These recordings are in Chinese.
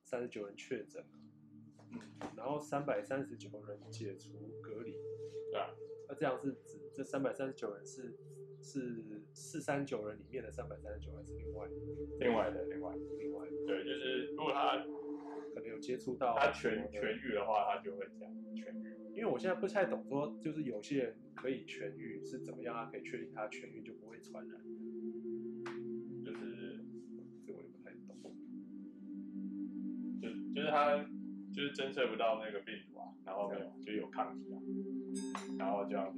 339人确诊，然后339人解除隔离， 对啊， 那这样是指这339人是439人里面的339，还是另外的？对， 就是如果他可能有接触到他痊愈的话，他就会这样痊愈。 因为我现在不太懂说，就是有些人可以痊愈是怎么样，他可以确定他痊愈就不会传染， 就是这我也不太懂。 就是他就是侦测不到那个病毒啊，然后没有就有抗体啊，然后这样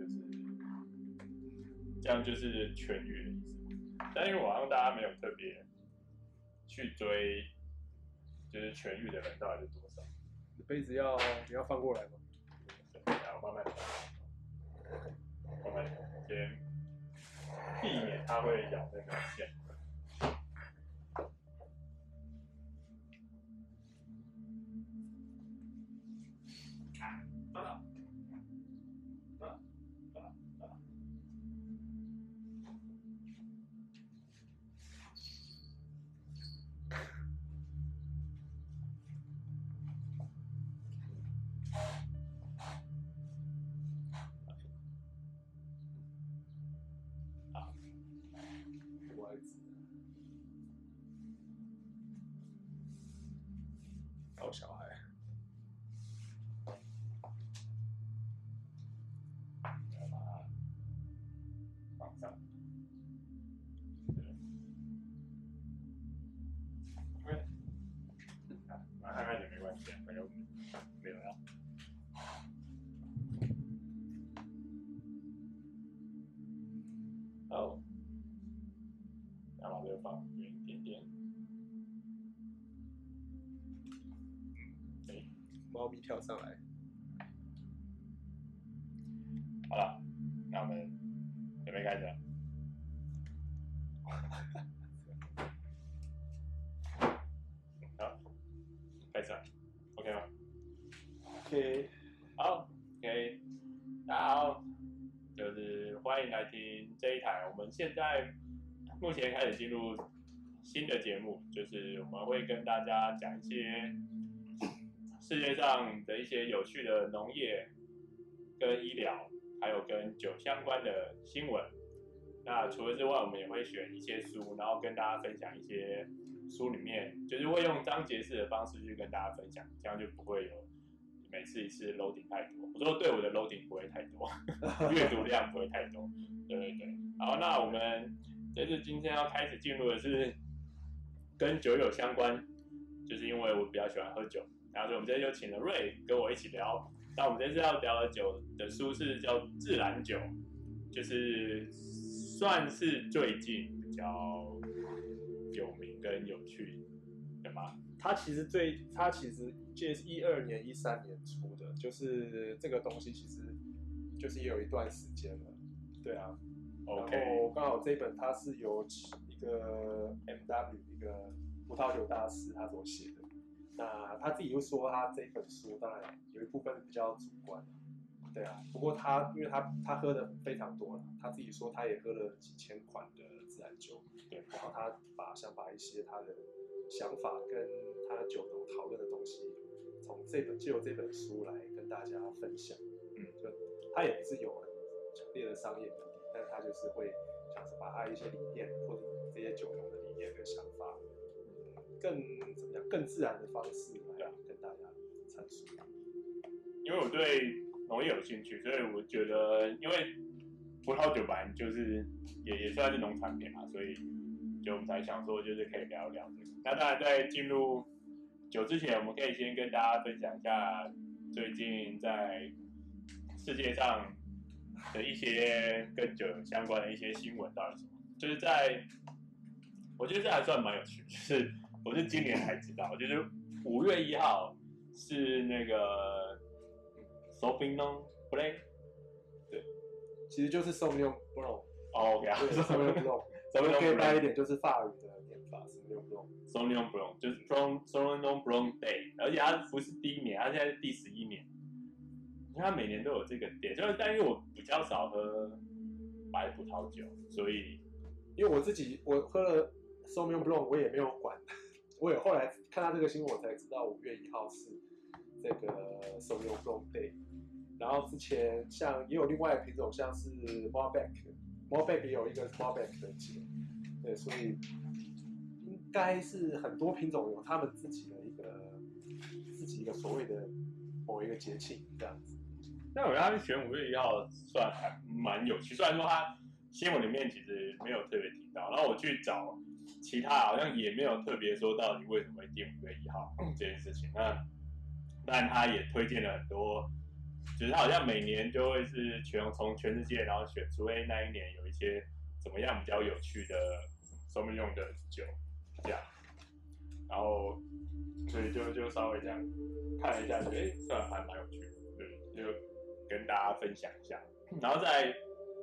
就是痊愈的意思。但因为好像大家没有特别去追，就是痊愈的人到底是多少。 你杯子你要放过来吗？ 然后慢慢先避免它会咬那个线。 歪子，好小孩。 要把它放上。OK， 慢慢点没关系，反正没有要。好，然后把这个放远一点点。对， 猫咪跳上来。 好了，那我们准备开始了。好，开始了 ，OK 吗 OK， 好 ，OK， 大家好，就是欢迎来听这一台。我们现在目前开始进入新的节目，就是我们会跟大家讲一些世界上的一些有趣的农业跟医疗，还有跟酒相关的新闻。那除了之外，我们也会选一些书，然后跟大家分享一些书里面，就是会用章节式的方式去跟大家分享，这样就不会有每次一次 loading 太多。我说对我的 loading 不会太多，阅读量不会太多。对。好，那我们这次今天要开始进入的是跟酒有相关，就是因为我比较喜欢喝酒，然后所以我们这次就请了瑞跟我一起聊。那我们这次要聊的酒的书是叫《自然酒》，就是算是最近比较有名跟有趣的吗？ 它其实记得是12年、13年出的，就是这个东西其实就是也有一段时间了，对啊。 OK， 然后刚好这本它是由一个 MW 一个葡萄酒大师他所写的。那他自己就说他这本书当然有一部分比较主观，对啊。不过因为他喝的非常多了，他自己说他也喝了几千款的自然酒， 对。 然后他想把一些他的想法跟他酒农讨论的东西，借由这本书来跟大家分享。就他也不是有很强烈的商业目的，但他就是会想是把他一些理念或者这些酒农的理念跟想法，更自然的方式来跟大家阐述。 因为我对农业有兴趣，所以我觉得，因为葡萄酒本来就是也算是农产品嘛，所以就我们才想说，就是可以聊一聊这个。那当然，在进入酒之前，我们可以先跟大家分享一下最近在世界上的一些跟酒相关的一些新闻到底是什么。就是我觉得这还算蛮有趣的，就是我是今年才知道，就是5月1号是那个 Sauvignon Blanc， 对， 其实就是 Sauvignon Blanc。 OK， Sauvignon Blanc， 可以带一点就是法语的念法 Sauvignon Blanc 就是 Sauvignon Blanc Day， 而且它不是第1年，它现在是第11年。你看它每年都有这个点，但因为我比较少喝白葡萄酒，所以因为我喝了 Sauvignon Blanc， 我也没有管我也后来看到这个新闻，我才知道5月1号是这个手游 Long Day。然后之前像也有另外的品种，像是 Malbec 也有一个 Malbec 的节，对，所以应该是很多品种有他们自己一个所谓的某一个节庆这样子。 那我觉得他选5月1号算还蛮有趣，虽然说他新闻里面其实没有特别提到，然后我去找其他好像也没有特别说到底为什么会定5月1号这件事情。那但他也推荐了很多，就是他好像每年就会是从全世界然后选出那一年有一些怎么样比较有趣的收命用的酒这样，然后所以就稍微这样看了一下，觉得算还蛮有趣的，对，就跟大家分享一下。然后再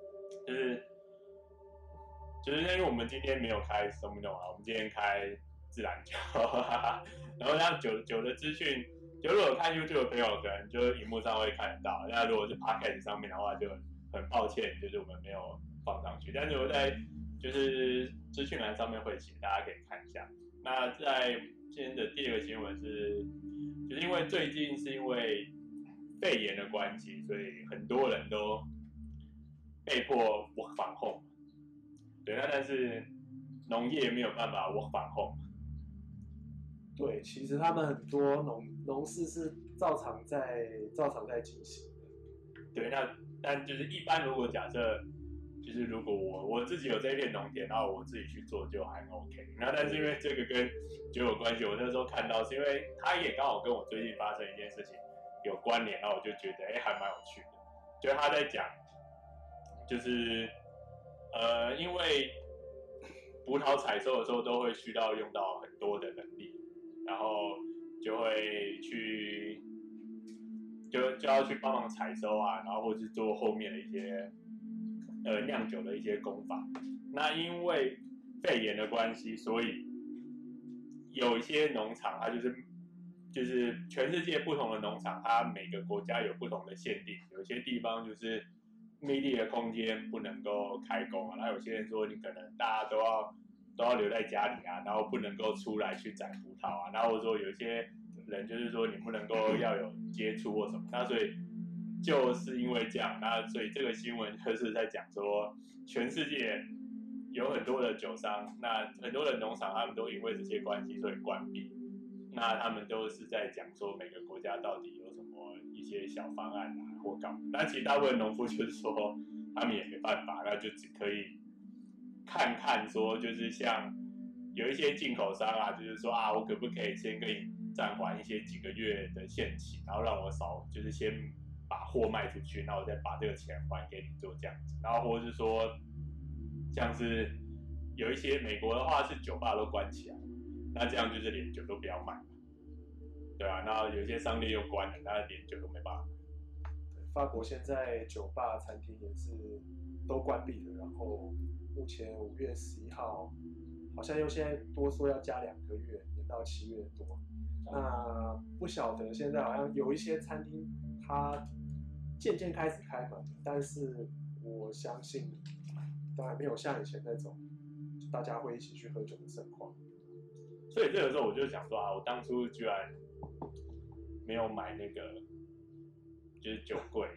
就是因为我们今天没有开收命用啊，我们今天开自然酒，然后像酒的资讯。就如果看 YouTube 的朋友，可能就荧幕上会看得到。那如果是 Podcast 上面的话，就很抱歉，就是我们没有放上去。但是我在就是资讯栏上面会写，大家可以看一下。那在今天的第二个新闻是，就是因为最近是因为肺炎的关系，所以很多人都被迫 work from home。对，那但是农业没有办法 work from home。 对，其实他们很多农事是照常在进行的。 对，但就是一般如果假设，就是如果我自己有这一片农田，然后我自己去做就还 OK。那但是因为这个跟酒有关系，我那时候看到是因为它也刚好跟我最近发生一件事情有关联，然后我就觉得还蛮有趣的。就是他在讲，就是因为葡萄采收的时候都会需要用到很多的人力。然后就会就要去帮忙采收啊，然后或是做后面的一些酿酒的一些工法。那因为肺炎的关系，所以有一些农场它就是全世界不同的农场，它每个国家有不同的限定，有些地方就是密闭的空间不能够开工啊，然后有些人说你可能大家都要留在家里啊，然后不能够出来去摘葡萄啊，然后说有些人就是说你不能够要有接触或什么，那所以就是因为这样，那所以这个新闻就是在讲说，全世界有很多的酒商，那很多的农场他们都因为这些关系所以关闭，那他们都是在讲说每个国家到底有什么一些小方案啊或干嘛，那其实大部分农夫就是说他们也没办法，那就只可以看看说，就是像有一些进口商啊，就是说啊，我可不可以先跟你暂缓一些几个月的限期，然后让我就是先把货卖出去，然后我再把这个钱还给你做这样子，然后或者是说，像是有一些美国的话是酒吧都关起来，那这样就是连酒都不要卖，对啊，然后有一些商店又关了，那连酒都没办法卖。 法国现在酒吧、餐厅也是都关闭了，然后目前5月11号，好像又现在多说要加2个月，延到7月多。那不晓得现在好像有一些餐厅它渐渐开始开门，但是我相信，当然没有像以前那种大家会一起去喝酒的盛况。 所以这个时候我就想说啊，我当初居然没有买那个就是酒柜。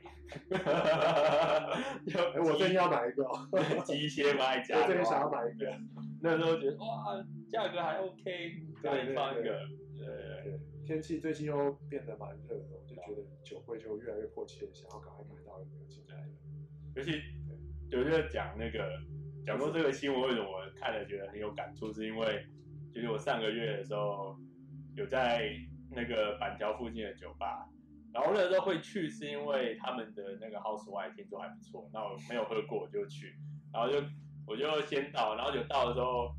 我最近要买一个机械卖家， 我最近想要买一个。 那时候觉得哇，价格还 OK， 可以放一个。 对，天气最近又变得蛮热的，我就觉得酒柜就越来越迫切，想要赶快买到一个进来。 尤其我觉得讲说这个新闻为什么我看了觉得很有感触，是因为就是我上个月的时候有在那个板桥附近的酒吧。然后那时候会去是因为他们的那个 House Wine 听说还不错，那我没有喝过我就去，然后我就先到，然后就到的时候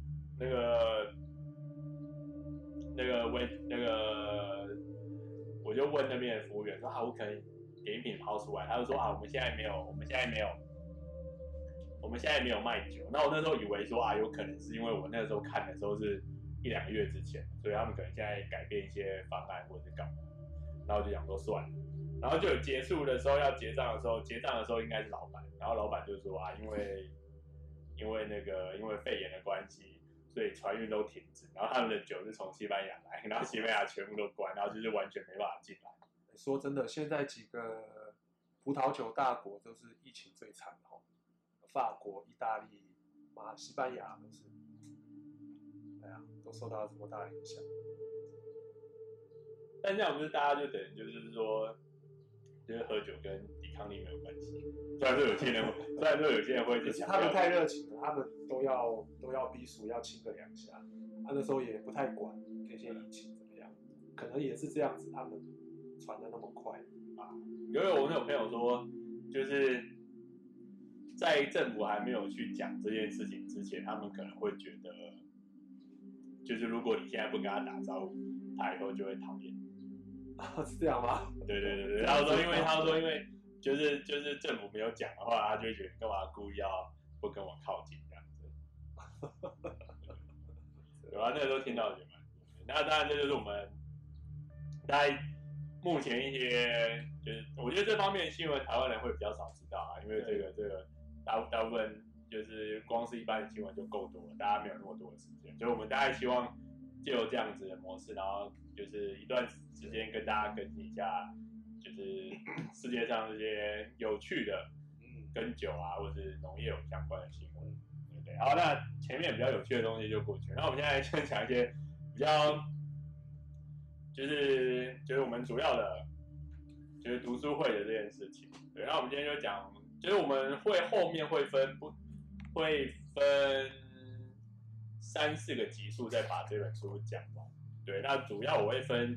我就问那边的服务员说啊，我可能点一瓶 House Wine， 他就说啊我们现在没有卖酒。那我那时候以为说啊有可能是因为我那时候看的时候是1-2个月之前，所以他们可能现在改变一些方案或者是干嘛。然后就想说算了，然后就有结束的时候要结账的时候应该是老板，然后老板就说啊，因为肺炎的关系， 所以船运都停止，然后他们的酒是从西班牙来，然后西班牙全部都关，然后就是完全没办法进来。 说真的，现在几个葡萄酒大国都是疫情最惨的哦，法国、意大利、西班牙都是，对啊，都受到这么大的影响。 但这样不是大家就等于就是说，就是喝酒跟抵抗力没有关系。虽然说有些人会去强调， 他们太热情了，他们都要逼数要亲个2下，他那时候也不太管这些疫情怎么样，可能也是这样子，他们传的那么快啊。 因为我们有朋友说，就是在政府还没有去讲这件事情之前，他们可能会觉得，就是如果你现在不跟他打招呼，他以后就会讨厌你。 是这样吗？ 对，他说因为就是政府没有讲的话，他就会觉得你干嘛故意要不跟我靠近这样子。对吧？那个时候听到也蛮多的。那当然这就是我们在目前一些就是我觉得这方面的新闻台湾人会比较少知道啊，因为这个大部分就是光是一般的新闻就够多了，大家没有那么多的时间，所以我们大概希望借由这样子的模式，然后就是一段时间跟大家更新一下，就是世界上这些有趣的跟酒啊或者是农业有相关的新闻，对不对？好，那前面比较有趣的东西就过去了，那我们现在先讲一些比较就是我们主要的就是读书会的这件事情，对，那我们今天就讲，就是我们后面会分3-4个集数再把这本书讲完。对，那主要我会分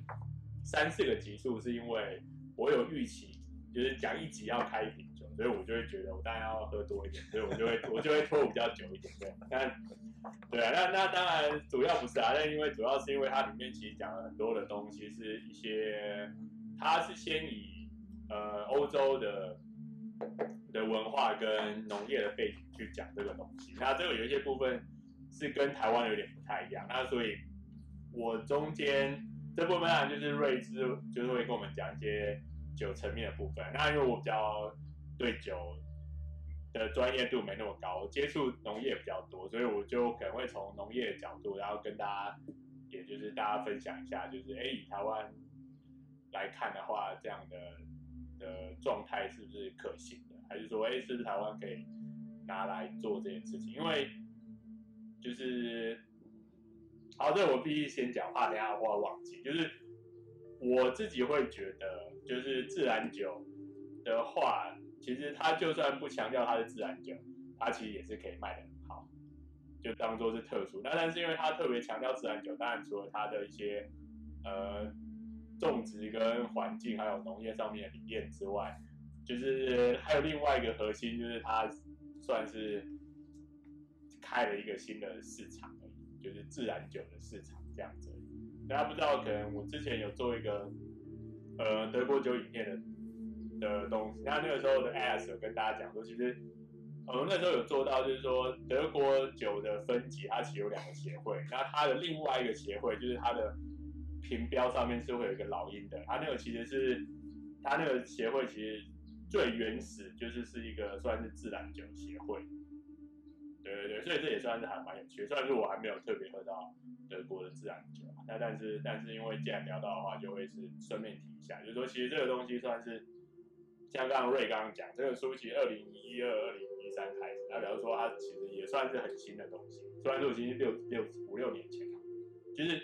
3-4个集数，是因为我有预期，就是讲一集要开1瓶酒，所以我就会觉得我当然要喝多一点，所以我就会拖比较久一点。对啊，那当然主要不是啊，但主要是因为它里面其实讲了很多的东西，是一些它是先以欧洲的文化跟农业的背景去讲这个东西，那这个有一些部分是跟台湾有点不太一样，那所以我中间这部分当然就是瑞兹就是会跟我们讲一些酒层面的部分，那因为我比较对酒的专业度没那么高，我接触农业比较多，所以我就可能会从农业的角度，然后跟大家，也就是大家分享一下，就是以台湾来看的话，这样的状态是不是可行的，还是说是不是台湾可以拿来做这件事情？因为就是好，这我必须先讲，怕等一下我忘记，就是我自己会觉得，就是自然酒的话，其实它就算不强调它是自然酒，它其实也是可以卖得很好，就当做是特殊。那但是因为它特别强调自然酒，当然除了它的一些种植跟环境还有农业上面的理念之外，就是还有另外一个核心，就是它算是开了一个新的市场而已，就是自然酒的市场这样子而已。大家不知道，可能我之前有做一个德国酒影片的东西，那个时候的 Alex 有跟大家讲说，其实那时候有做到，就是说德国酒的分级，它其实有2个协会，那它的另外一个协会就是它的评标上面是会有一个老鹰的，它那个其实是它那个协会其实最原始是一个算是自然酒协会，对，所以这也算是还蛮有趣的，虽然说我还没有特别喝到德国的自然酒，那但是因为既然聊到的话，就会是顺便提一下，就是说其实这个东西算是像刚刚瑞刚刚讲，这个书其实2012、2013开始，那比方说它其实也算是很新的东西，虽然说已经是5-6年前了，就是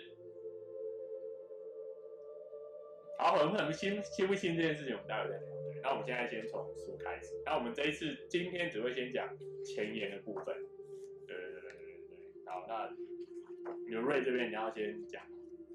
好，我们新不新这件事情，我们待会再聊。对，那我们现在先从书开始。那我们今天只会先讲前言的部分。对。好，那刘瑞这边你要先讲。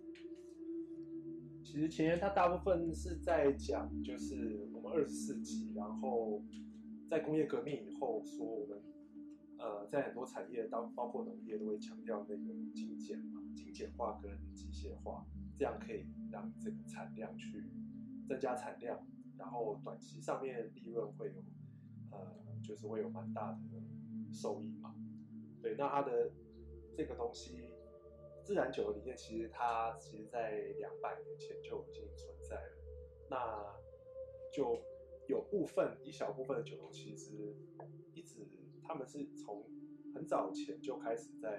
其实前言它大部分是在讲，就是我们20世纪，然后在工业革命以后，说我们在很多产业，包括农业，都会强调那个精简嘛，精简化跟机械化，这样可以让这个产量去增加产量，然后短期上面利润会有就是会有蛮大的收益嘛。对，那它的这个东西，自然酒的理念其实在200年前就已经存在了。那就有一小部分的酒农其实他们是从很早前就开始在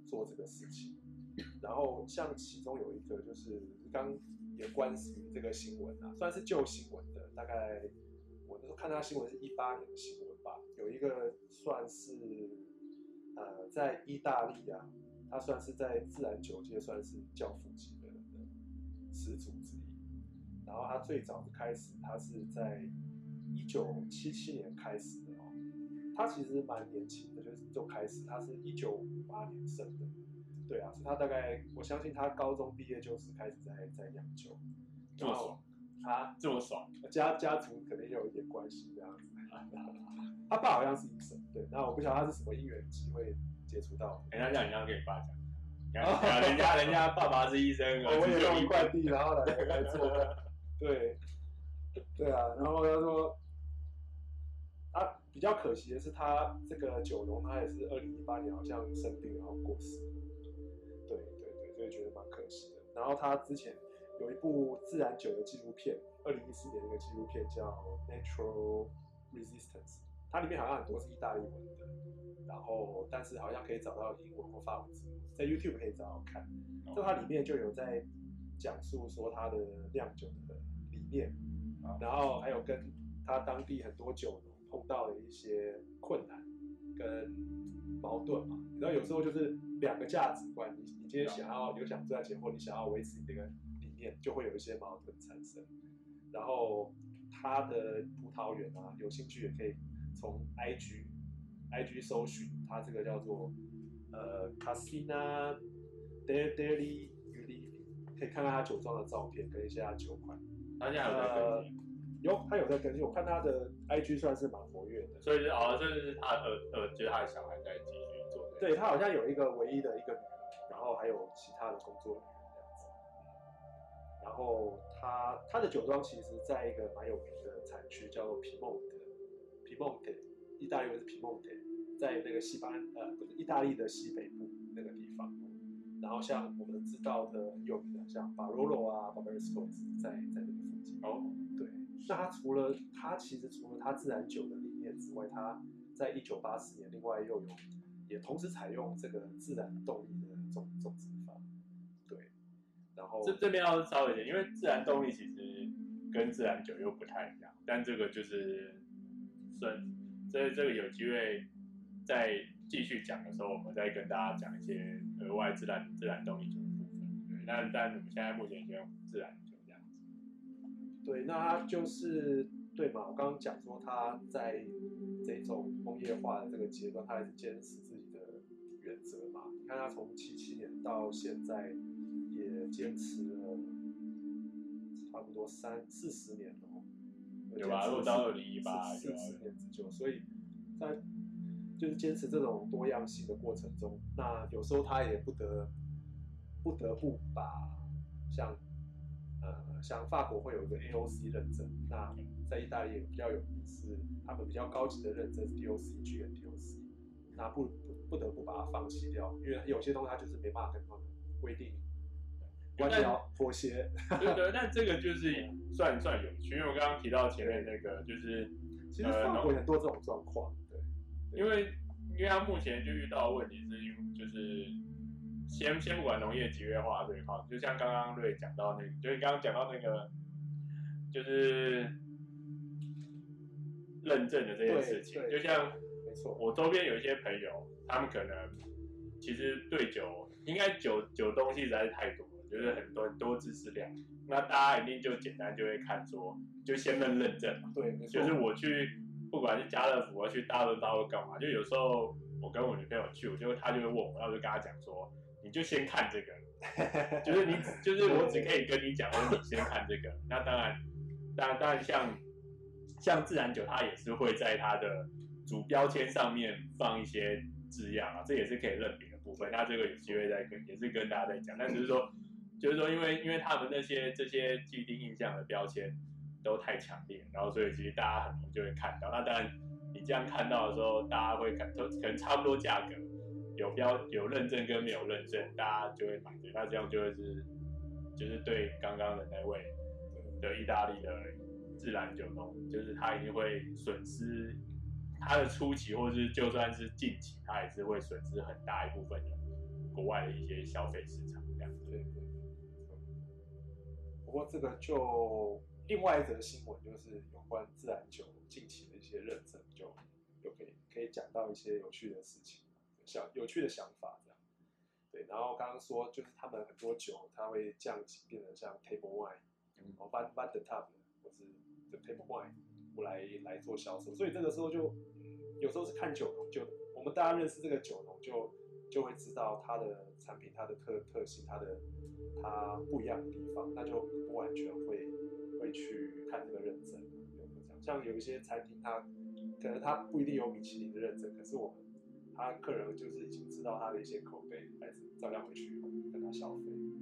做这个事情。然后像其中有一个就是刚也关于这个新闻啊，算是旧新闻的，大概我那时候看他新闻是18年的新闻吧，有一个算是在意大利啊，他算是在自然酒界算是教父级的始祖之一。然后他最早开始，他是在1977年开始的哦。他其实蛮年轻的，就开始，他是1958年生的。对啊，所以他大概我相信他高中毕业就是开始在酿酒。 这么爽啊， 这么爽， 家族可能也有一点关系这样子。他爸好像是医生，对，那我不晓得他是什么因缘机会接触到。 人家这样，你要跟你爸讲，人家爸爸是医生， 我也用一块地，然后来做。对，对啊，然后他说，他比较可惜的是，他这个酒农他也是2018年好像生病，然后过世。对，所以觉得蛮可惜的。然后他之前有一部自然酒的纪录片，2014年的一个纪录片叫《Natural Resistance》，它里面好像很多是意大利文的，然后但是好像可以找到英文或法文字幕，在 YouTube 可以找到看。就它里面就有在讲述说他的酿酒的理念，然后还有跟他当地很多酒农碰到的一些困难跟矛盾嘛。你知道有时候就是两个价值观，你今天想赚钱，或你想要维持你这个理念，就会有一些矛盾产生。然后他的葡萄园啊，有兴趣也可以从 IG 搜寻，他这个叫做Casina degli Ulivi， 可以看看他酒庄的照片跟一些他酒款。 他现在有在更新？ 他有在更新，我看他的 IG 算是蛮活跃的。 所以这是他就是他的小孩在继续做的。 对，他好像有一个唯一的一个女儿，然后还有其他的工作人员这样子。然后他的酒庄其实在一个蛮有名的产区叫做皮蒙特，意大利文是皮蒙特，在那个不是意大利的西北部那个地方。然后像我们知道的有名的像巴罗罗啊、Barbaresco 也是在那个附近。 哦， 对。那他其实除了他自然酒的理念之外，他在1984年另外也同时采用这个自然动力的种植法。对。然后这边要稍微一点，因为自然动力其实跟自然酒又不太一样，但这个就是这个有机会在继续讲的时候，我们再跟大家讲一些额外自然动力酒的部分。对，但我们现在目前先用自然酒这样子。 对，那他就是对嘛？我刚刚讲说他在这种工业化的这个阶段，他还是坚持自己的原则嘛。你看他从77年到现在也坚持了差不多40年了。 有吧？如果到2018， 40年之久，所以在就是坚持这种多样性的过程中，那有时候他也不得不把像法国会有一个 AOC 认证，那在意大利也比较有名是他们比较高级的认证是 DOCG 跟 DOC， 那不得不把它放弃掉，因为有些东西它就是没办法跟他们规定。官僚妥协， 对，但这个就是算有趣，因为我刚刚提到前面那个，就是其实法国很多这种状况，对， 因为他目前就遇到的问题是，就是先不管农业集约化这一块，就像刚刚瑞讲到那个，就是刚刚讲到那个，就是认证的这件事情，就像没错， 我周边有一些朋友，他们可能其实对酒，应该酒东西实在是太多了。就是很多知识量，那大家一定就简单就会看说，就先认证嘛。 对，没错。 就是我去，不管是家乐福，我去大润发或干嘛，就有时候我跟我女朋友去，他就会问我，然后就跟她讲说，你就先看这个，就是我只可以跟你讲说，你先看这个。那当然像自然酒，它也是会在它的主标签上面放一些字样啊，这也是可以认别的部分。那这个有机会也是跟大家再讲，但只是说。就是说，因为他们这些既定印象的标签都太强烈，然后所以其实大家很容易就会看到。那当然，你这样看到的时候，大家会可能差不多价格，有认证跟没有认证，大家就会买的。那这样就会就是对刚刚的那位的意大利的自然酒农，就是他一定会损失他的初期，或是就算是近期，他也是会损失很大一部分国外的一些消费市场这样子。 对。不过这个就另外一则新闻，就是有关自然酒近期的一些认证，就可以讲到一些有趣的事情，有趣的想法这样。对，然后刚刚说就是他们很多酒，它会降级变成像 table wine，van de table 或是 the table wine 来做销售，所以这个时候就有时候是看酒农，就我们大家认识这个酒农就会知道它的产品、它的特性、它不一样的地方，那就不完全会去看这个认证。像有一些餐厅，可能它不一定有米其林的认证，可是他客人就是已经知道他的一些口碑，还是照样会去跟他消费。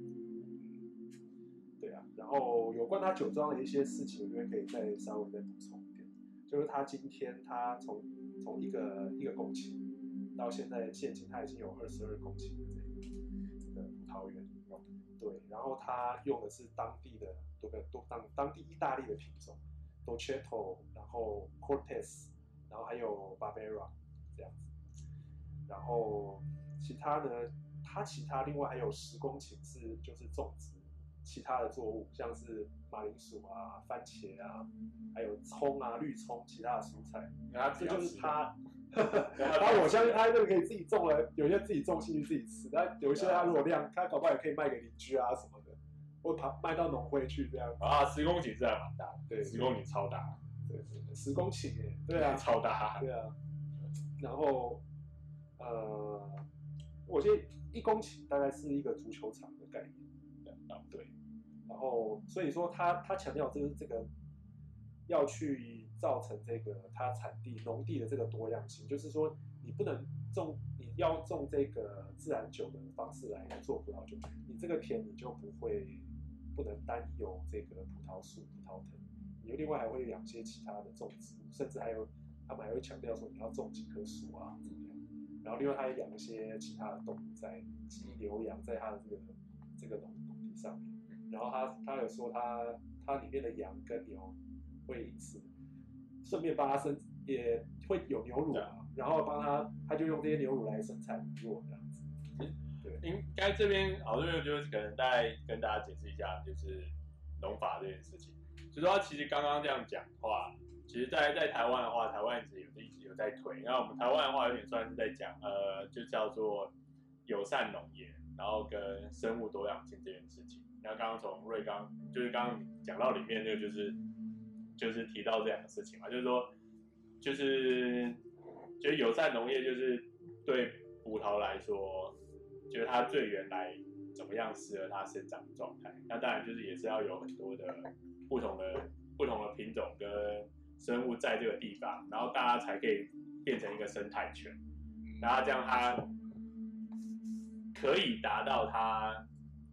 对啊，然后有关他酒庄的一些事情，我觉得可以稍微再补充一点，就是他今天他从一个公顷到现今他已经有22公顷的这个葡萄园，对，然后他用的是当地的当地意大利的品种 Dolcetto， 然后 Cortez， 然后还有 Barbera 这样子。然后其他呢，它另外还有10公顷就是种植其他的作物，像是马铃薯啊、番茄啊，还有葱啊、绿葱，其他的蔬菜。这就是他，我相信他这个可以自己种了，有些自己种进去自己吃，但有一些他如果量，他搞不好也可以卖给邻居啊什么的，或卖到农会去这样。 10公顷是还蛮大的，对，10公顷超大， 对，10公顷耶，对啊， 超大， 对啊，然后。我觉得1公顷大概是一个足球场的概念，对。然后所以说他强调就是这个要去造成这个它产地农地的这个多样性，就是说你要种这个自然酒的方式来做葡萄酒，你这个田你就不能单有这个葡萄树、葡萄藤，你另外还会养些其他的种植物，甚至他们还会强调说你要种几棵树啊，怎么样？然后另外他也养一些其他的动物在鸡牛羊在他的这个农地上面，然后他有说他里面的羊跟牛会因此顺便帮他也会有牛乳啊，然后他就用这些牛乳来生产乳酪这样子。 对，应该这边就是可能再跟大家解释一下，就是农法这件事情。就是说其实刚刚这样讲的话，其实在台湾的话，台湾一直有在推。然后我们台湾的话，有点算是在讲就叫做友善农业，然后跟生物多样性这件事情。那刚刚从瑞刚讲到里面，这个就是提到这两个事情嘛，就是说就是友善农业就是对葡萄来说，就是它最原来怎么样适合它生长的状态。那当然就是也是要有很多的不同的品种跟生物在这个地方，然后大家才可以变成一个生态圈，然后这样它可以达到它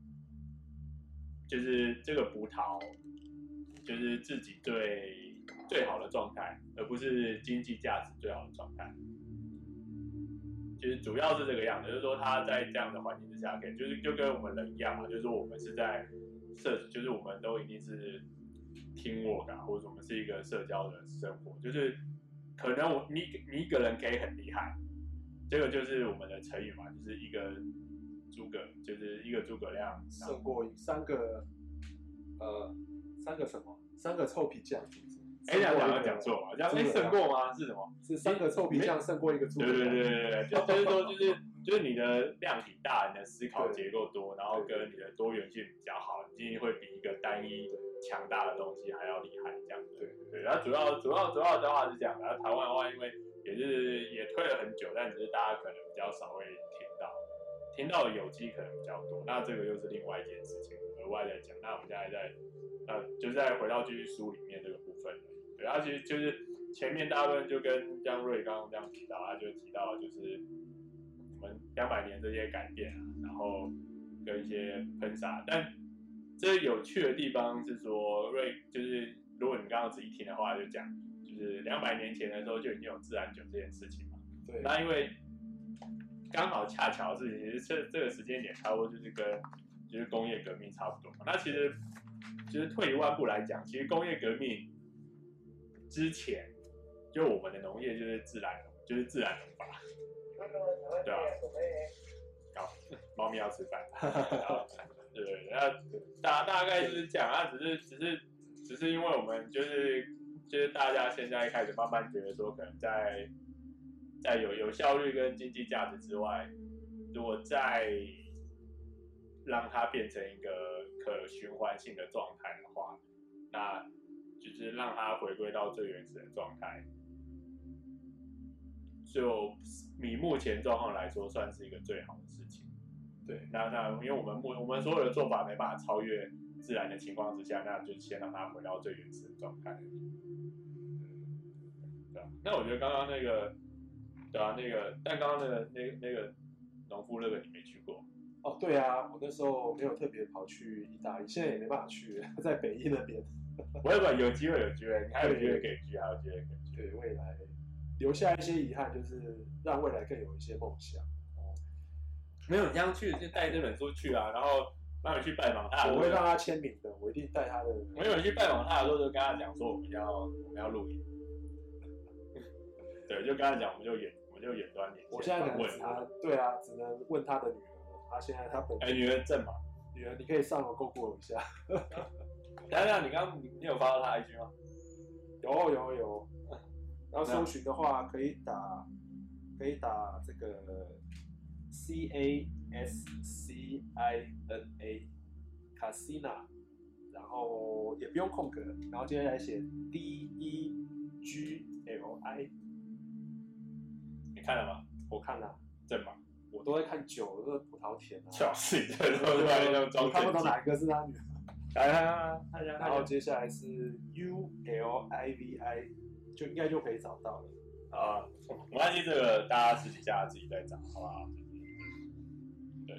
就是这个葡萄就是自己最好的状态，而不是经济价值最好的状态。就是主要是这个样子，就是说他在这样的环境之下，可以就跟我们人一样嘛，就是说我们是在就是我们都一定是teamwork啊，或者我们是一个社交的生活，就是可能你一个人可以很厉害，这个就是我们的成语嘛，就是一个诸葛亮胜过3个什么3个臭皮匠。 讲错嘛？这样胜过吗？是什么？ 是3个臭皮匠胜过一个诸葛亮。 对，就是说就是你的量体大，你的思考结构多，然后跟你的多元性比较好，你一定会比一个单一强大的东西还要厉害，这样子。对，然后主要的话是这样的。然后台湾的话，因为也推了很久，但只是大家可能比较少会听到的有机可能比较多。那这个又是另外一件事情，额外再讲。那我们现在就再回到继续书里面这个部分了。对，它其实就是前面大部分就跟江瑞刚刚这样提到，他就提到就是我们200年这些改变啊，然后跟一些喷洒，但这有趣的地方是说就是如果你刚刚仔细听的话，就讲就是200年前的时候就已经有自然酒这件事情嘛。 对。 那因为刚好恰巧是这个时间点差不多就是跟就是工业革命差不多嘛。那其实就是退一万步来讲，其实工业革命之前，就我们的农业就是自然农法，对吧？好。 猫咪要吃饭。对，那大概就是这样啊，只是因为我们就是大家现在开始慢慢觉得说，可能在有效率跟经济价值之外，如果再让它变成一个可循环性的状态的话，那就是让它回归到最原始的状态，就以目前状况来说，算是一个最好的事情。对，那因为我们所有的做法没办法超越自然的情况之下，那就先让它回到最原始的状态。对啊，那我觉得刚刚那个，对啊，但刚刚那个农夫那个你没去过。 哦，对啊，我那时候没有特别跑去意大利，现在也没办法去，在北意那边。 不会，有机会，你还有机会可以去，还有机会可以去。 对，未来留下一些遗憾，就是让未来更有一些梦想。 没有，你这样去就带这本书去啊，然后让你去拜访他。 我会让他签名的，我一定带他的。 没有，你去拜访他的时候就跟他讲说我们要录影。对，就跟他讲，我们就远端连线。 我现在可能他，对啊，只能问他的女儿。他现在他本女儿正嘛？ 女儿，你可以上我 Google 一下。 等一下，你有发到他 IG 吗？ 有。然后搜寻的话，可以打这个 Cascina， 然后也不用空格，然后接下来写 DEGLI。 你看了吗？ 我看了。 正嘛？ 我都在看酒，这个葡萄田啊。 笑死你！我看不懂哪一个是他女儿。 然后接下来是 ULIVI， 就应该就可以找到了。 没关系，这个大家私底下自己再找，好不好？对。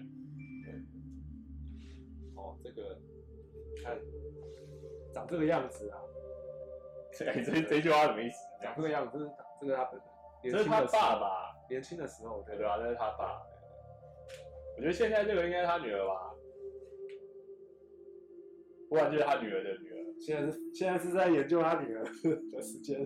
哦，这个看长这个样子啊。 这句话什么意思？ 长这个样子，这个他本人。 这是他爸吧？ 年轻的时候， 对吧？这是他爸。我觉得现在这个应该是他女儿吧，不然就是他女儿的女儿。 现在是在研究他女儿的时间。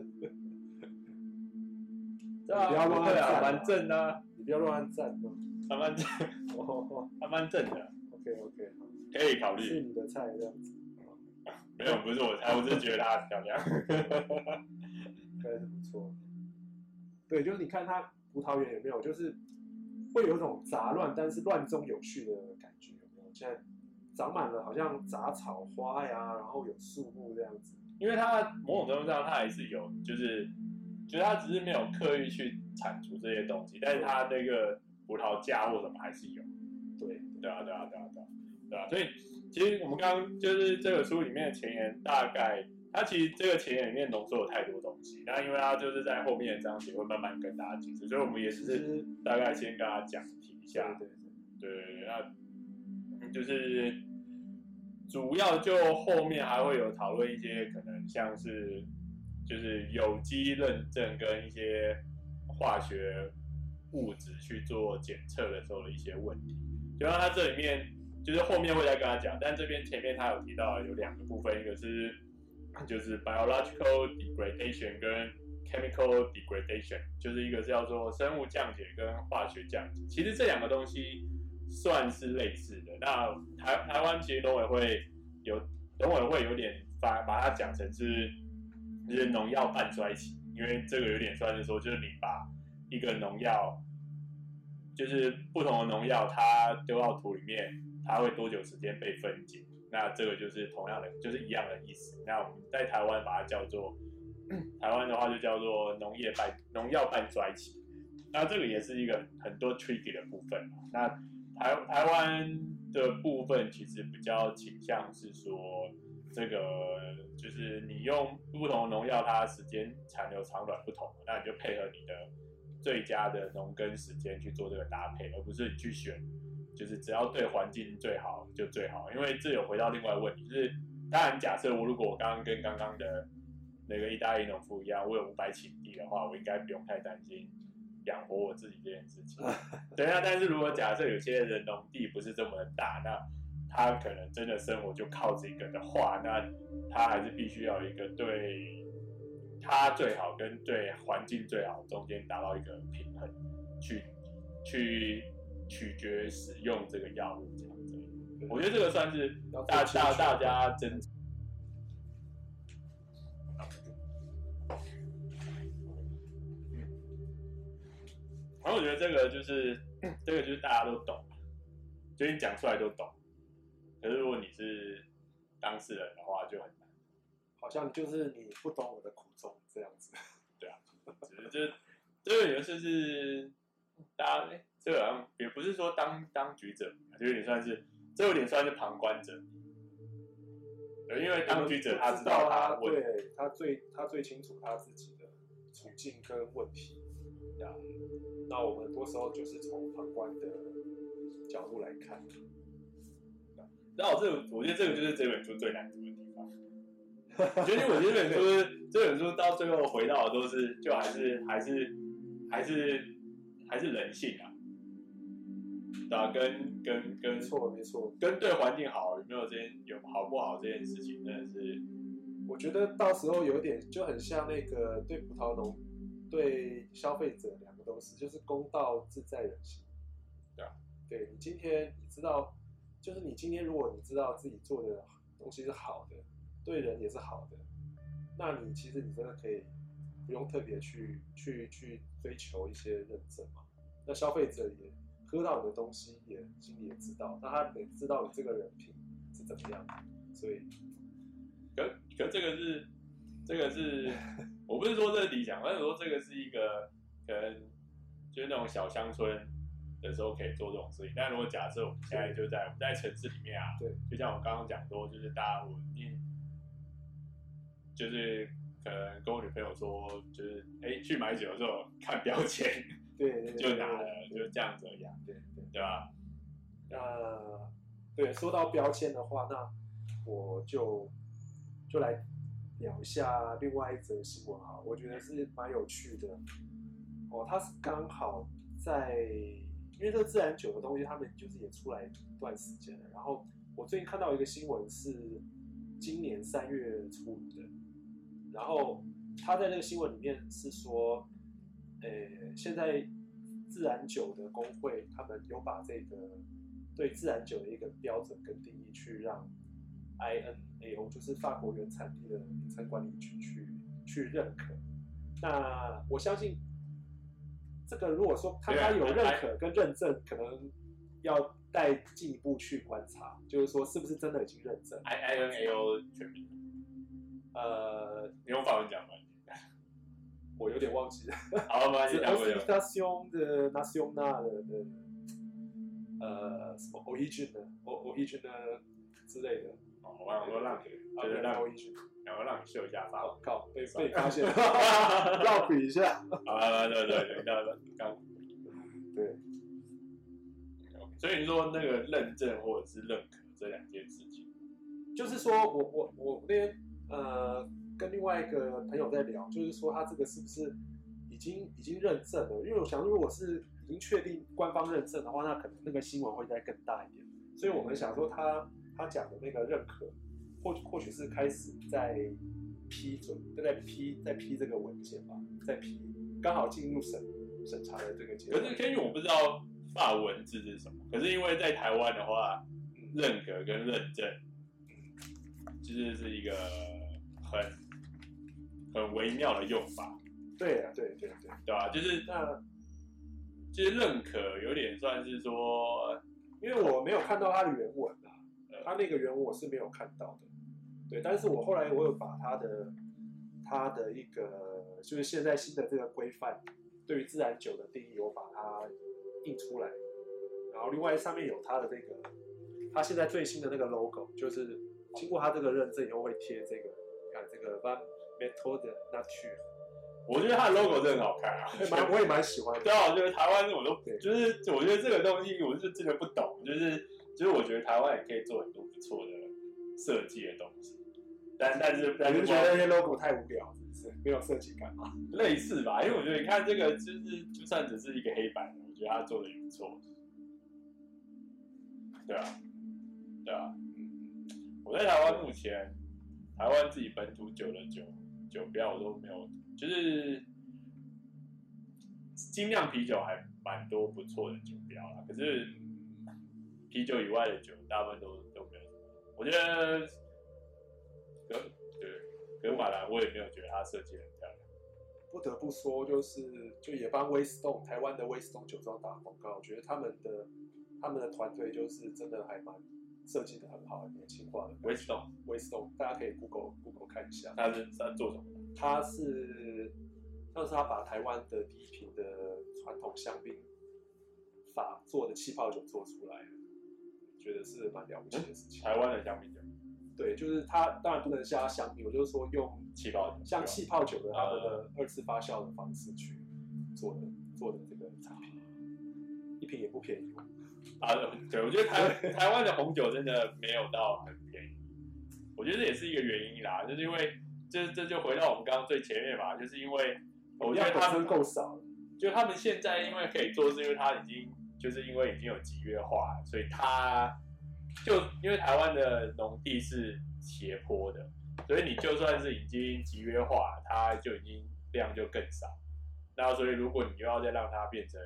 对啊，不要乱赞，蛮正的。 你不要乱赞哦。 他蛮正，他蛮正的。 OK， 可以考虑。 是你的菜这样子。 没有，不是我菜，我只是觉得她漂亮。 应该是不错。对，就是你看它葡萄园有没有，就是会有一种杂乱，但是乱中有序的感觉，有没有？现在长满了好像杂草花呀，然后有树木这样子。 因为它某种程度上它还是有，就是它只是没有刻意去铲除这些东西，但是它那个葡萄架或什么还是有。对啊。所以其实我们刚刚就是这个书里面的前言，大概它其实这个前言里面浓缩了太多东西，那因为它就是在后面的章节会慢慢跟大家解释，所以我们也只是大概先跟大家提一下。对，那就是主要就后面还会有讨论一些可能像是就是有机认证跟一些化学物质去做检测的时候的一些问题，就像它这里面就是后面会再跟他讲，但这边前面他有提到有两个部分，一个是就是 biological degradation 跟 chemical degradation， 就是一个叫做生物降解跟化学降解，其实这两个东西算是类似的。那台湾其实农委会有点把它讲成是就是农药半衰期，因为这个有点算是说，就是你把一个农药，就是不同的农药，它丢到土里面，它会多久时间被分解？那这个就是同样的，就是一样的意思。那我们在台湾把它叫做，台湾的话就叫做农药半衰期。那这个也是一个很多 tricky 的部分。那台湾的部分其实比较倾向是说，这个就是你用不同的农药，它时间残留长短不同，那你就配合你的最佳的农耕时间去做这个搭配，而不是你去选就是只要对环境最好就最好。因为这有回到另外一个问题，就是当然假设如果我刚刚跟刚刚的那个意大利农夫一样，我有500顷地的话，我应该不用太担心养活我自己这件事情。对啊，但是如果假设有些人农地不是这么的大，那他可能真的生活就靠这个的话，那他还是必须要有一个对他最好跟对环境最好中间达到一个平衡，去取决使用这个药物这样子。我觉得这个算是大家真。然后我觉得这个就是大家都懂，就你讲出来都懂。可是如果你是当事人的话，就很难。 好像就是你不懂我的苦衷这样子。 对啊，这个有的是大家这个好像也不是说当局者，就有点算是旁观者。对，因为当局者他知道他对他最清楚他自己的处境跟问题。那我们很多时候就是从旁观的角度来看。 然后我觉得这个就是这本书最难读的地方。我觉得这本书到最后回到的都是就还是人性啊，对吧？跟没错， 跟对环境好有没有有好不好这件事情，真的是我觉得到时候有点就很像那个对葡萄农对消费者两个都是，就是公道自在人心。 对啊， 对你今天你知道，就是你今天如果你知道自己做的东西是好的，对人也是好的，那你其实你真的可以不用特别去追求一些认证嘛。那消费者也喝到你的东西，也心里也知道，那他也知道你这个人品是怎么样的，所以， 可这个是，我不是说这是理想，但是说这个是一个可能就是那种小乡村的时候可以做这种事情。但如果假设我们现在我们在城市里面啊， 对， 就像我刚刚讲说，就是我就是可能跟我女朋友说，就是去买酒的时候看标签， 对， 就拿了，就这样子而已，对吧？ 对，说到标签的话，那我就来聊一下另外一则新闻哈，我觉得是蛮有趣的哦。它是刚好因为这个自然酒的东西，他们就是也出来一段时间了。然后我最近看到一个新闻是今年3月出炉的，然后他在这个新闻里面是说，现在自然酒的工会他们有把这个对自然酒的一个标准跟定义去让 INAO 就是法国原产地的名称管理局去认可。那我相信这个如果说它有认可跟认证，可能要再进一步去观察，就是说是不是真的已经认证。 INAO 全名？你用法文讲吗？ 我有点忘记了。 好吧，你讲过了。 Association de Nationale 的什么 origin 之类的。 我想说让你秀一下法文。 靠，被发现了，绕比一下。 对，刚对。 所以你说那个认证或者是认可这两件事情， 就是说我那天跟另外一个朋友在聊，就是说他这个是不是已经认证了？因为我想，如果是已经确定官方认证的话，那可能那个新闻会再更大一点。所以我们想说他讲的那个认可，或许是开始在批准，在批这个文件吧，在批，刚好进入审查的这个阶段。 可是因为我不知道法文字是什么，可是因为在台湾的话，认可跟认证，就是一个很微妙的用法。 对啊，对吧？就是认可有点算是说， 因为我没有看到它的原文啊，它那个原文我是没有看到的。对，但是我后来我有把它的一个就是现在新的这个规范对于自然酒的定义，我把它印出来，然后另外上面有它的这个，它现在最新的那个 logo， 就是经过它这个认证以后会贴这个，看这个 Van Methode Nature， 我觉得它的 logo 真的很好看啊， 我也蛮喜欢的。 对啊，我觉得台湾我都就是我觉得这个东西我是真的不懂，就是我觉得台湾也可以做很多不错的设计的东西，但是你是觉得那些 logo 太无聊，是不是没有设计感吗？ 类似吧，因为我觉得你看这个就算只是一个黑板，我觉得他做的也不错。对啊，我在台湾目前，台湾自己本土酒的酒标我都没有，就是精酿啤酒还蛮多不错的酒标啦。可是啤酒以外的酒，大部分都没有。我觉得格马兰，我也没有觉得它设计很漂亮。 不得不说，就也帮台湾的威斯顿酒庄打广告。我觉得他们的团队就是真的还蛮设计的很好，年轻化的。威斯顿，大家可以 Google 看一下。 他做什么？ 他是他把台湾的第一瓶的传统香槟法做的气泡酒做出来了，觉得是蛮了不起的事情。 台湾的香槟酒。 对，就是它当然不能叫它香槟，我就是说用气泡酒， 像气泡酒的他们的2次发酵的方式去做的这个产品，一瓶也不便宜哦。 对，我觉得台湾的红酒真的没有到很便宜，我觉得这也是一个原因啦，就是因为这就回到我们刚刚最前面嘛，就是因为我觉得他们够少了， 就他们现在因为可以做，是因为它就是因为已经有集约化，所以因为台湾的农地是斜坡的，所以你就算是已经集约化，它就已经量就更少。那所以如果你又要再让它变成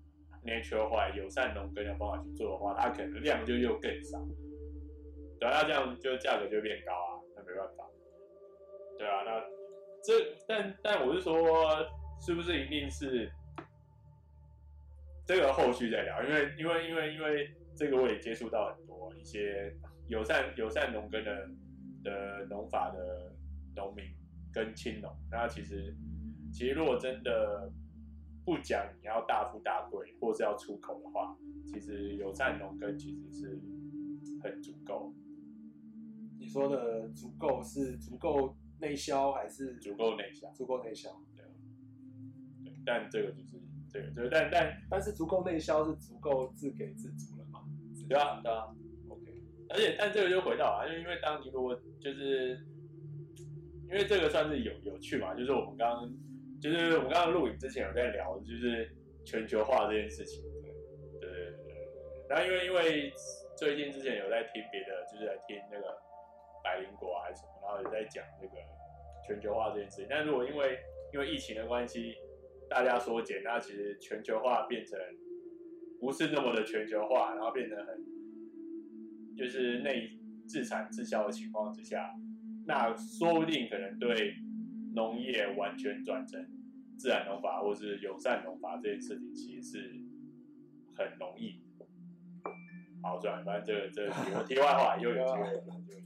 natural 化友善农耕的方法去做的话，它可能量就又更少。对啊，那这样就价格就变高啊，那没办法。对啊，但我是说，是不是一定是这个后续再聊？因为这个我也接触到很多一些友善农耕的农法的农民跟青农，那其实如果真的不讲你要大富大贵或是要出口的话，其实友善农耕其实是很足够。 你说的足够是足够内销还是足够内销？ 足够内销， 对，但这个就是这个， 但是足够内销是足够自给自足了嘛？ 对啊 ，OK。但这个就回到啊，因为当你如果就是因为这个算是有趣嘛，就是我们刚刚录影之前有在聊，就是全球化这件事情。对。然后因为最近之前有在听别的，就是在听那个百灵果还是什么，然后也在讲这个全球化这件事情。但如果因为疫情的关系，大家缩减，那其实全球化变成不是那么的全球化，然后变成就是内自产自销的情况之下，那说不定可能对农业完全转成自然农法或是友善农法这件事情，其实是很容易。好，算了，反正这个题外话又有机会。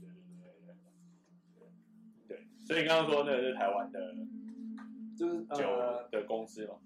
对，所以你刚刚说那个是台湾的， 就是酒的公司嘛？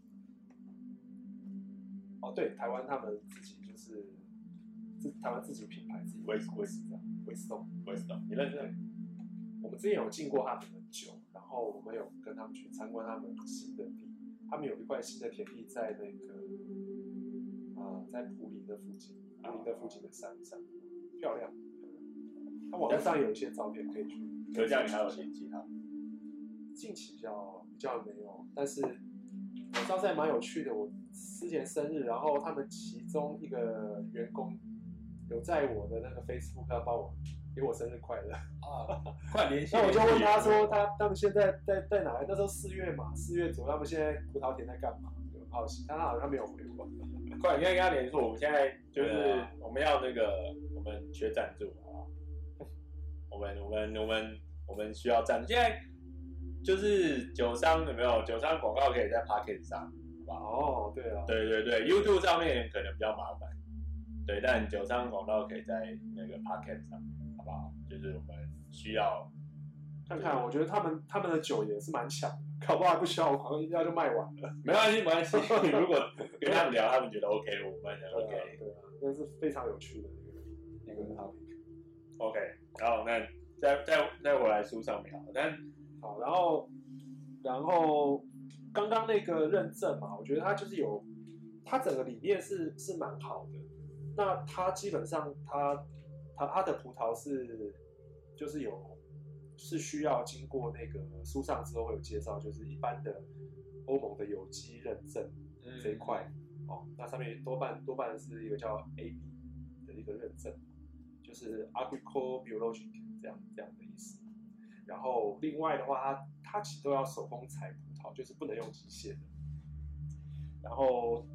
哦，对，台湾他们自己就是台湾自己品牌，自己威斯顿， 你认识？ 我们之前有进过他们的酒，然后我们有跟他们去参观他们新的地，他们有一块新的田地在那个在埔林的附近的山上，漂亮。他网上有一些照片可以去。 可是这样你还有联系他？ 近期比较没有，但是我上次还蛮有趣的。我之前生日，然后他们其中一个员工有在我的那个 Facebook 要帮我给我生日快乐啊，快联系。 那我就问他说他们现在在哪？那时候4月嘛，4月左右，他们现在葡萄田在干嘛？就很好奇，但他好像没有回我。 快，你应该跟他联络。我们现在就是我们要那个我们缺赞助，好不好？我们需要赞助。现在就是酒商有没有？酒商广告可以在 Podcast 上，好不好？ 哦，对啊， 对 ，YouTube 上面可能比较麻烦，对，但酒商广告可以在那个 Podcast 上，好不好？就是我们需要看看，我觉得他们的酒也是蛮强的，搞不好还不需要我好像一下就卖完了。 没关系。如果跟他们聊，他们觉得 OK， 我们也 OK。 对啊，那是非常有趣的一个 topic。 OK， 然后那再回来书上面好，然后刚刚那个认证嘛，我觉得它就是它整个理念是蛮好的。那它基本上它的葡萄是需要经过那个书上之后会有介绍，就是一般的欧盟的有机认证这一块那上面多半是一个叫 AB 的一个认证，就是 Agricole Biologic 这样的意思。然后另外的话，它其实都要手工采葡萄，就是不能用机械的。然后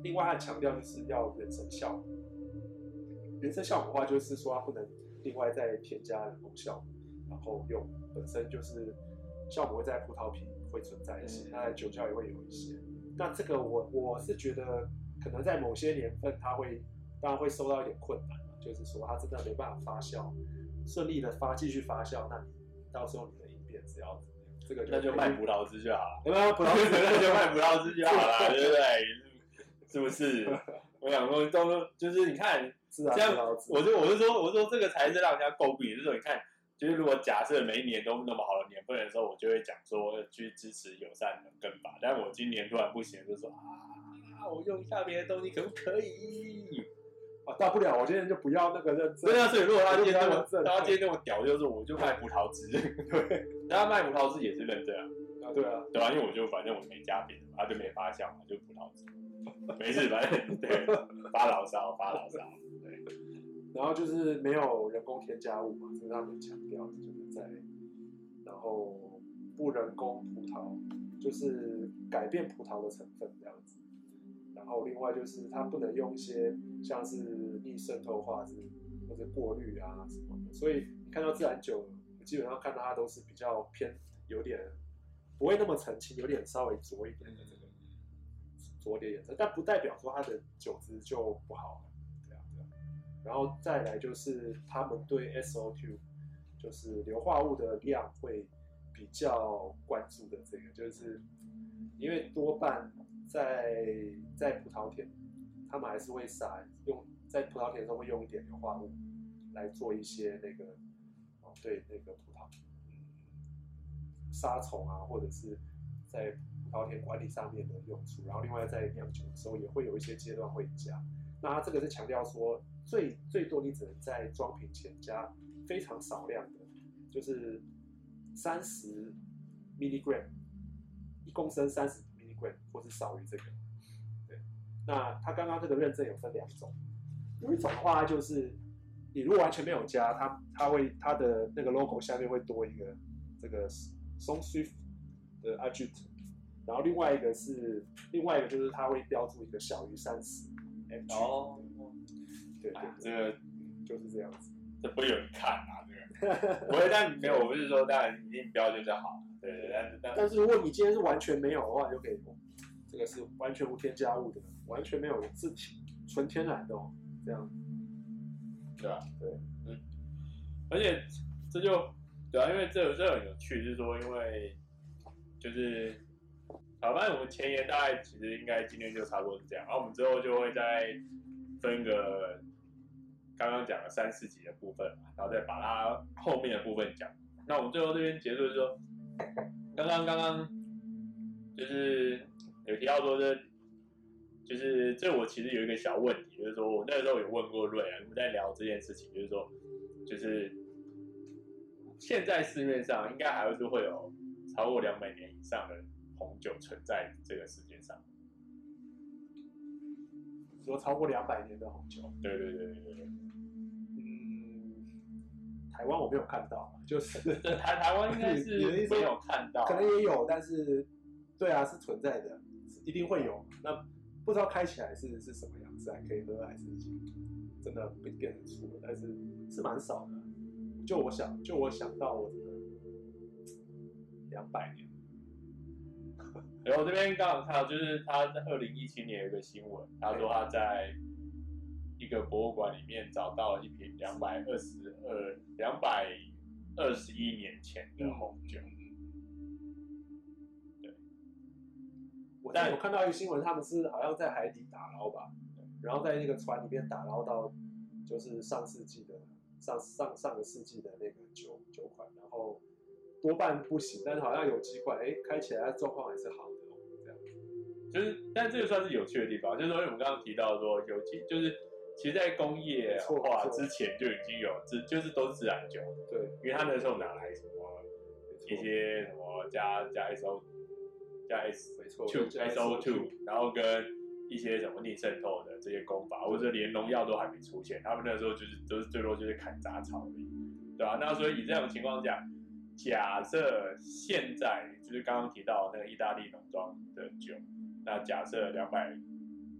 另外它强调就是要原生酵母。原生酵母的话，就是说它不能另外再添加人工酵母，然后用本身就是酵母会在葡萄皮会存在一些，它在酒窖也会有一些。那这个我是觉得可能在某些年份它会当然会受到一点困难，就是说它真的没办法发酵，顺利的继续发酵，那你到时候你的应变是要怎么样？这个那就卖葡萄汁就好了， 有没有葡萄汁？ 那就卖葡萄汁就好了，对不对？是不是？我想说，就是你看，这样，我是说，这个才是让人家诟病。就是说，你看，就是如果假设每一年都那么好的年份的时候，我就会讲说去支持友善农耕法。但我今年突然不行，就说我用一下别的东西可不可以？ 大不了我今天就不要那个认证。 对啊，所以如果他今天那么屌，就是我就卖葡萄汁，对，他卖葡萄汁也是认证啊， 对啊， 对啊，因为反正我没加别的，他就没发酵嘛，就葡萄汁。没事，反正对，发牢骚，对。 然后就是没有人工添加物嘛，这是他们强调的，就是在，然后不人工葡萄，就是改变葡萄的成分这样子。然后另外就是它不能用一些像是逆渗透化或者过滤啊什么的，所以你看到自然酒，基本上看到它都是比较偏有点不会那么澄清，有点稍微浊一点的这个。浊点颜色，但不代表说它的酒质就不好，对啊。然后再来就是他们对 SO2， 就是硫化物的量会比较关注的这个，就是因为多半在葡萄田，他们还是会在葡萄田中会用一点硫化物来做一些那个对那个葡萄杀虫啊，或者是在葡萄田管理上面的用处，然后另外在酿酒的时候也会有一些阶段会加。那它这个是强调说最多你只能在装瓶前加非常少量的，就是30 milligram， 1公升30 milligram， 或是少于这个。对，那它刚刚这个认证有分2种，有一种的话就是你如果完全没有加，它的那个 logo 下面会多一个这个松 Swift 的 adjunct。然后另外一个就是它会标注一个小于30 mg。 哦， 对， 这个就是这样子。 这不会有人看啊，这个不会，但没有，我不是说当然一定标就是好，对， 但是如果你今天是完全没有的话，就可以，这个是完全无添加物的，完全没有自体纯天然的这样， 对吧？ 对， 而且这就对啊，因为这很有趣，就是说因为就是。好，反正我们前言大概其实应该今天就差不多是这样，然后我们之后就会再分个刚刚讲的3、4集的部分嘛，然后再把它后面的部分讲。那我们最后这边结束就是说，刚刚就是有提到说就是这我其实有一个小问题，就是说我那个时候有问过瑞啊，我们在聊这件事情，就是说就是现在市面上应该还是会有超过200年以上的红酒存在这个世界上， 说超过200年的红酒。 对。 台湾我没有看到，就是台湾应该是没有看到， 可能也有，但是对啊，是存在的，一定会有。那不知道开起来是什么样子，还可以喝，还是已经真的变成醋了，但是蛮少的。就我想到，我真的200年。 然后这边刚好看到，就是他在2017年有一个新闻，他说他在一个博物馆里面找到了一瓶221年前的红酒。对， 我看到一个新闻，他们是好像在海底打捞吧，然后在那个船里面打捞到就是上个世纪的那个酒款，然后多半不行，但是好像有几款，开起来状况还是好的。 但这个算是有趣的地方，就是说，因为我们刚刚提到说，其实，在工业化之前就已经有就是都是自然酒， 对， 因为他那时候拿来什么一些什么加 SO2，然后跟一些什么逆渗透的这些工法，或者连农药都还没出现，他们那时候都是最多就是砍杂草而已，对吧？那所以以这种情况下，假设现在就是刚刚提到那个意大利农庄的酒。那假设200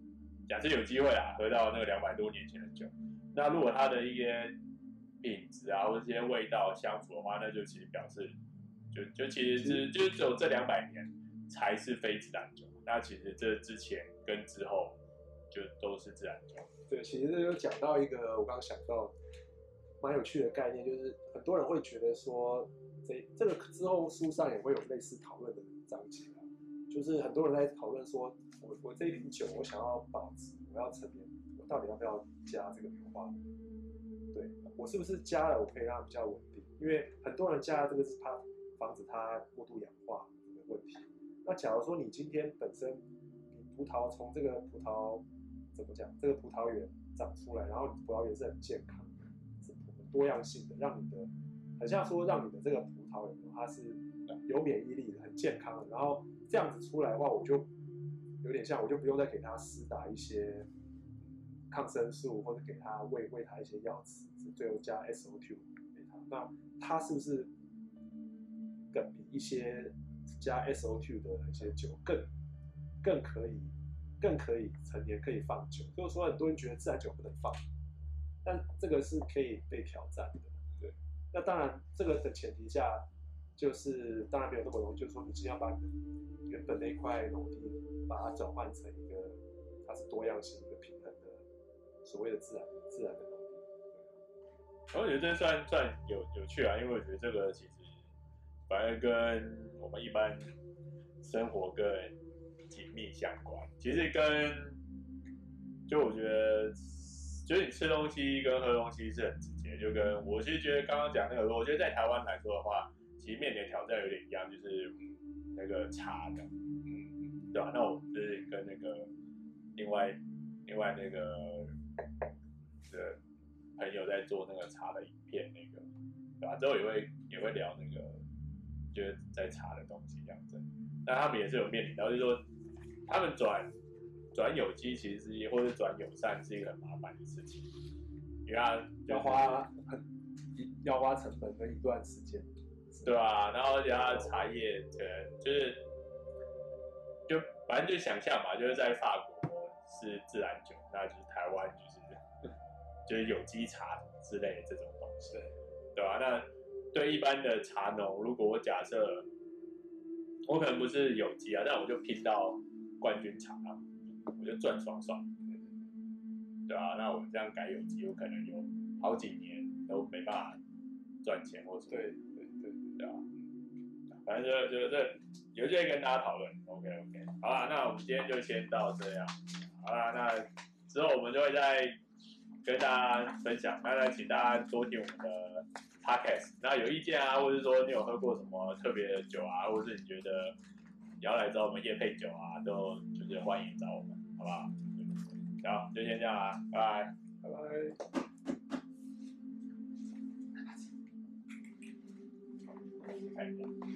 假设有机会啊，喝到那个200多年前的酒，那如果它的一些品质啊，或者这些味道相符的话，那就其实表示，就其实就是只有这200年才是非自然酒。那其实这之前跟之后就都是自然酒。 对，其实这就讲到一个我刚刚想到蛮有趣的概念，就是很多人会觉得说，这个之后书上也会有类似讨论的章节啊，就是很多人在讨论说，我这一瓶酒我想要保值，我要陈年，我到底要不要加这个硫化物？对，我是不是加了我可以让它比较稳定？因为很多人加了这个是怕防止它过度氧化的问题。那假如说你今天本身你葡萄从这个葡萄怎么讲，这个葡萄园长出来，然后葡萄园是很健康的，是很多样性的，让你的很像说让你的这个葡萄园它是有免疫力的，很健康的，然后这样子出来的话，我就有点像我就不用再给它施打一些抗生素或者给它喂它一些药吃，是最后加 SO2 给它，那它是不是更比一些加 SO2 的一些酒更可以陈年可以放久？就是说很多人觉得自然酒不能放，但这个是可以被挑战的。对，那当然这个的前提下，就是当然没有那么容易，就是说你今天要把你的原本那一块农地把它转换成一个它是多样性、一个平衡的所谓的自然的农地。 我觉得这算有趣啊，因为我觉得这个其实反而跟我们一般生活更紧密相关。其实就我觉得，就是你吃东西跟喝东西是很直接，就跟我其实觉得刚刚讲那个，我觉得在台湾来说的话，其实面临的挑战有点一样，就是那个茶的，对吧？那我就是跟那个另外那个的朋友在做那个茶的影片，那个对吧？之后也会聊那个，就是在茶的东西这样子。但他们也是有面临到，就是说他们转有机其实是或者转友善是一个很麻烦的事情，因为它、 要花成本跟一段时间， 对吧？然后而且它茶叶可能就反正就想象嘛，就是在法国是自然酒，那就是台湾就是有机茶之类的这种东西，对吧？那对一般的茶农，如果我假设我可能不是有机啊，但我就拼到冠军茶，我就赚爽爽，对啊，那我这样改有机，我可能有好几年都没办法赚钱或什么，对啊，反正这有机会跟大家讨论 ，OK， 好啦，那我们今天就先到这样，好啦，那之后我们就会再跟大家分享，那请大家多听我们的 podcast， 那有意见啊，或者是说你有喝过什么特别的酒啊，或者是你觉得你要来找我们业配酒啊，都就是欢迎找我们，好不好？好，就先这样啦，拜拜， 拜拜。 看一下。